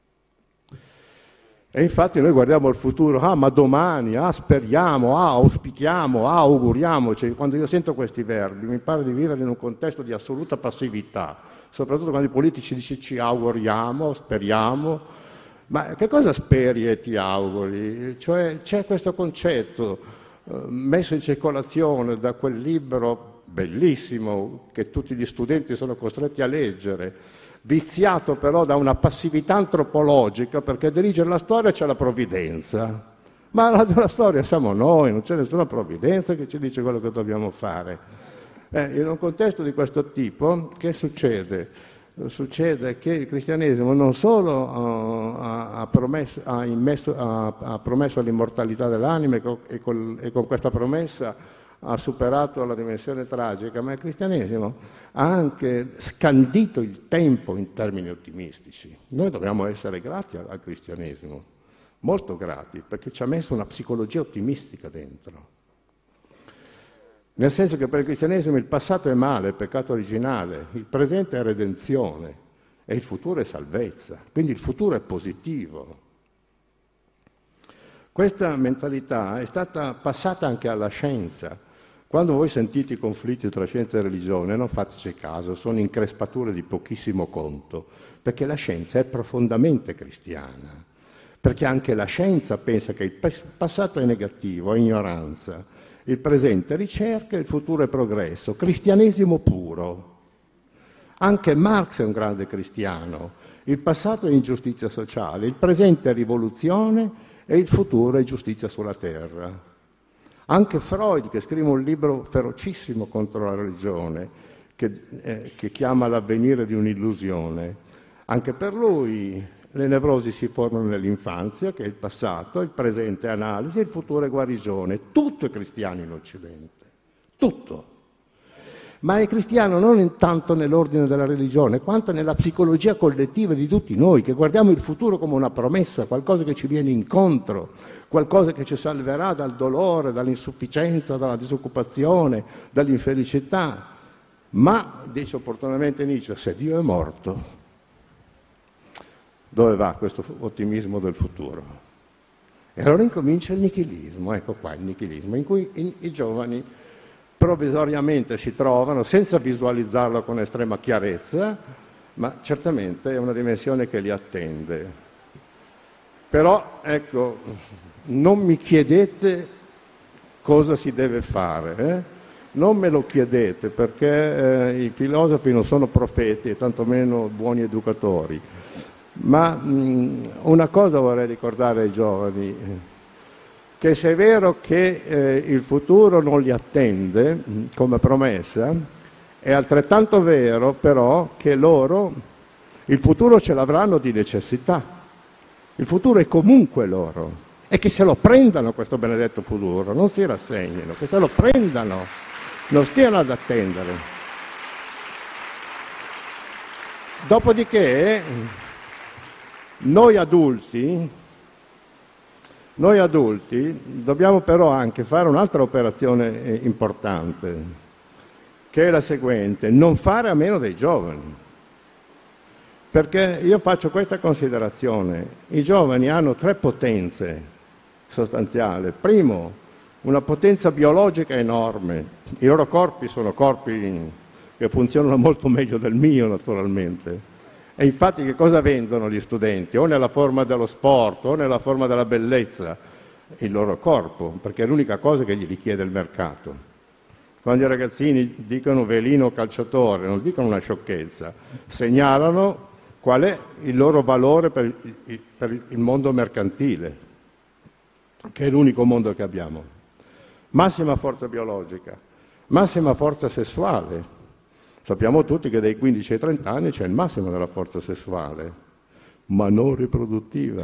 E infatti noi guardiamo il futuro, ah ma domani, ah speriamo, ah auspichiamo, ah auguriamoci. Quando io sento questi verbi mi pare di vivere in un contesto di assoluta passività, soprattutto quando i politici dicono ci auguriamo, speriamo. Ma che cosa speri e ti auguri? Cioè c'è questo concetto eh, messo in circolazione da quel libro bellissimo che tutti gli studenti sono costretti a leggere, viziato però da una passività antropologica, perché a dirigere la storia c'è la provvidenza, ma la, la storia siamo noi, non c'è nessuna provvidenza che ci dice quello che dobbiamo fare. Eh, in un contesto di questo tipo, che succede? Succede che il cristianesimo non solo uh, ha, ha, promesso, ha, immesso, ha, ha promesso l'immortalità dell'anima e con, e, col, e con questa promessa ha superato la dimensione tragica, ma il cristianesimo ha anche scandito il tempo in termini ottimistici. Noi dobbiamo essere grati al, al cristianesimo, molto grati, perché ci ha messo una psicologia ottimistica dentro. Nel senso che per il cristianesimo il passato è male, è peccato originale, il presente è redenzione e il futuro è salvezza, quindi il futuro è positivo. Questa mentalità è stata passata anche alla scienza. Quando voi sentite i conflitti tra scienza e religione, non fateci caso, sono increspature di pochissimo conto, perché la scienza è profondamente cristiana, perché anche la scienza pensa che il passato è negativo, è ignoranza, il presente è ricerca, il futuro è progresso, cristianesimo puro. Anche Marx è un grande cristiano, il passato è ingiustizia sociale, il presente è rivoluzione e il futuro è giustizia sulla terra. Anche Freud, che scrive un libro ferocissimo contro la religione, che, eh, che chiama l'avvenire di un'illusione, anche per lui le nevrosi si formano nell'infanzia, che è il passato, il presente è analisi, il futuro è guarigione. Tutto è cristiano in Occidente, tutto. Ma è cristiano non tanto nell'ordine della religione, quanto nella psicologia collettiva di tutti noi, che guardiamo il futuro come una promessa, qualcosa che ci viene incontro, qualcosa che ci salverà dal dolore, dall'insufficienza, dalla disoccupazione, dall'infelicità. Ma, dice opportunamente Nietzsche, se Dio è morto, dove va questo ottimismo del futuro? E allora incomincia il nichilismo, ecco qua il nichilismo, in cui i, i giovani provvisoriamente si trovano, senza visualizzarlo con estrema chiarezza, ma certamente è una dimensione che li attende. Però, ecco, non mi chiedete cosa si deve fare, eh? Non me lo chiedete, perché eh, i filosofi non sono profeti e tantomeno buoni educatori. Ma mh, una cosa vorrei ricordare ai giovani, che se è vero che eh, il futuro non li attende mh, come promessa, è altrettanto vero però che loro il futuro ce l'avranno di necessità. Il futuro è comunque loro, e che se lo prendano questo benedetto futuro, non si rassegnino, che se lo prendano, non stiano ad attendere. Dopodiché noi adulti, noi adulti dobbiamo però anche fare un'altra operazione importante, che è la seguente: non fare a meno dei giovani. Perché io faccio questa considerazione: i giovani hanno tre potenze sostanziali. Primo, una potenza biologica enorme. I loro corpi sono corpi che funzionano molto meglio del mio, naturalmente. E infatti che cosa vendono gli studenti? O nella forma dello sport, o nella forma della bellezza, il loro corpo, perché è l'unica cosa che gli richiede il mercato. Quando i ragazzini dicono velino calciatore, non dicono una sciocchezza, segnalano qual è il loro valore per il, per il mondo mercantile, che è l'unico mondo che abbiamo. Massima forza biologica, massima forza sessuale. Sappiamo tutti che dai quindici ai trenta anni c'è il massimo della forza sessuale, ma non riproduttiva,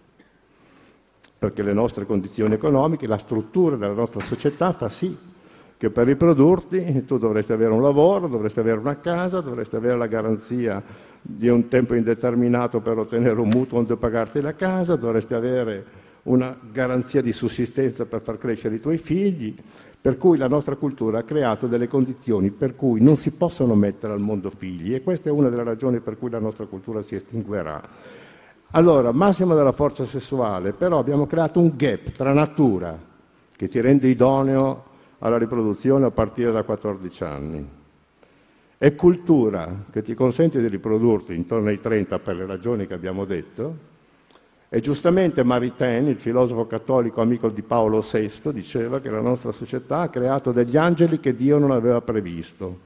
perché le nostre condizioni economiche, la struttura della nostra società fa sì che per riprodurti tu dovresti avere un lavoro, dovresti avere una casa, dovresti avere la garanzia di un tempo indeterminato per ottenere un mutuo onde pagarti la casa, dovresti avere una garanzia di sussistenza per far crescere i tuoi figli, per cui la nostra cultura ha creato delle condizioni per cui non si possono mettere al mondo figli, e questa è una delle ragioni per cui la nostra cultura si estinguerà. Allora, massima della forza sessuale, però abbiamo creato un gap tra natura, che ti rende idoneo alla riproduzione a partire da quattordici anni, e cultura, che ti consente di riprodurti intorno ai trenta per le ragioni che abbiamo detto. E giustamente Maritain, il filosofo cattolico amico di Paolo sesto, diceva che la nostra società ha creato degli angeli che Dio non aveva previsto.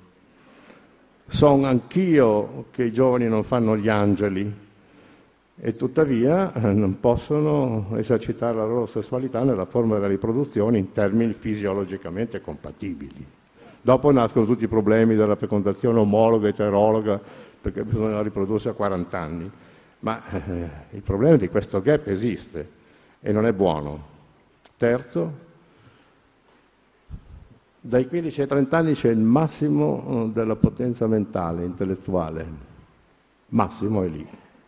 So anch'io che i giovani non fanno gli angeli e tuttavia non possono esercitare la loro sessualità nella forma della riproduzione in termini fisiologicamente compatibili. Dopo nascono tutti i problemi della fecondazione omologa, eterologa, perché bisogna riprodursi a quaranta anni. Ma eh, il problema di questo gap esiste e non è buono. Terzo, dai quindici ai trenta anni c'è il massimo della potenza mentale, intellettuale. Massimo è lì.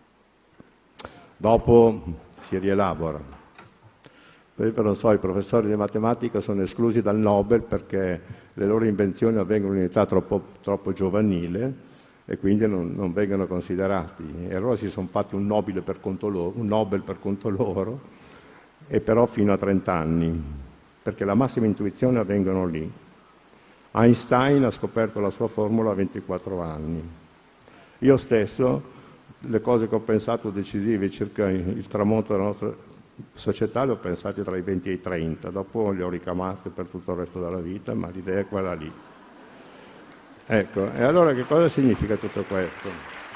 Dopo si rielabora. Per non so, i professori di matematica sono esclusi dal Nobel perché le loro invenzioni avvengono in età troppo, troppo giovanile, e quindi non, non vengono considerati. E allora si sono fatti un Nobel per conto loro, un Nobel per conto loro, e però fino a trenta anni, perché la massima intuizione avvengono lì. Einstein ha scoperto la sua formula a ventiquattro anni. Io stesso, le cose che ho pensato decisive circa il tramonto della nostra società le ho pensate tra i venti e i trenta, dopo le ho ricamate per tutto il resto della vita, ma l'idea è quella lì. Ecco, e allora che cosa significa tutto questo?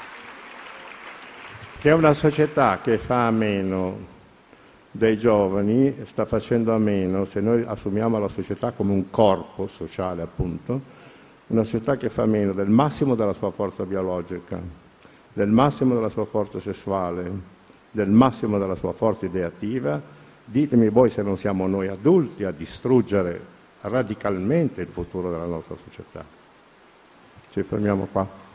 Che una società che fa a meno dei giovani sta facendo a meno, se noi assumiamo la società come un corpo sociale appunto, una società che fa a meno del massimo della sua forza biologica, del massimo della sua forza sessuale, del massimo della sua forza ideativa, ditemi voi se non siamo noi adulti a distruggere radicalmente il futuro della nostra società. Ci fermiamo qua.